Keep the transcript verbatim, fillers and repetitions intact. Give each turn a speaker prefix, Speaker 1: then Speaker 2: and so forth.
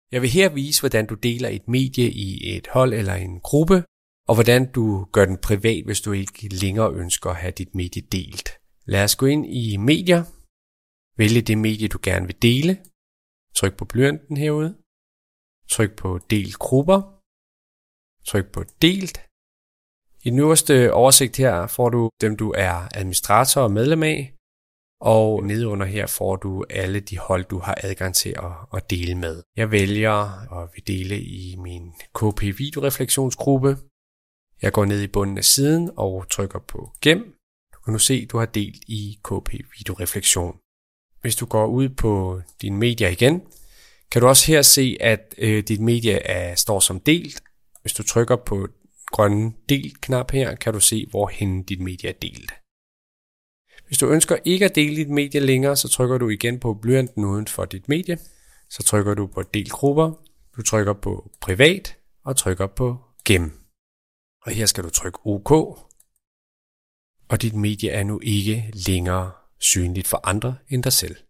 Speaker 1: Jeg vil her vise, hvordan du deler et medie i et hold eller en gruppe, og hvordan du gør den privat, hvis du ikke længere ønsker at have dit medie delt. Lad os gå ind i medier, vælge det medie, du gerne vil dele, tryk på blyanten herude, tryk på del grupper, tryk på delt. I den øverste oversigt her får du dem, du er administrator og medlem af, og nedenunder her får du alle de hold, du har adgang til at, at dele med. Jeg vælger at vil dele i min K P videorefleksionsgruppe. Jeg går ned i bunden af siden og trykker på gem. Du kan nu se, at du har delt i K P videoreflektion. Hvis du går ud på dine medier igen, kan du også her se, at øh, dit medie er, står som delt. Hvis du trykker på grønne del-knap her, kan du se, hvorhen dit medie er delt. Hvis du ønsker ikke at dele dit medie længere, så trykker du igen på blyanten uden for dit medie. Så trykker du på del grupper, du trykker på privat og trykker på gem. Og her skal du trykke OK. Og dit medie er nu ikke længere synligt for andre end dig selv.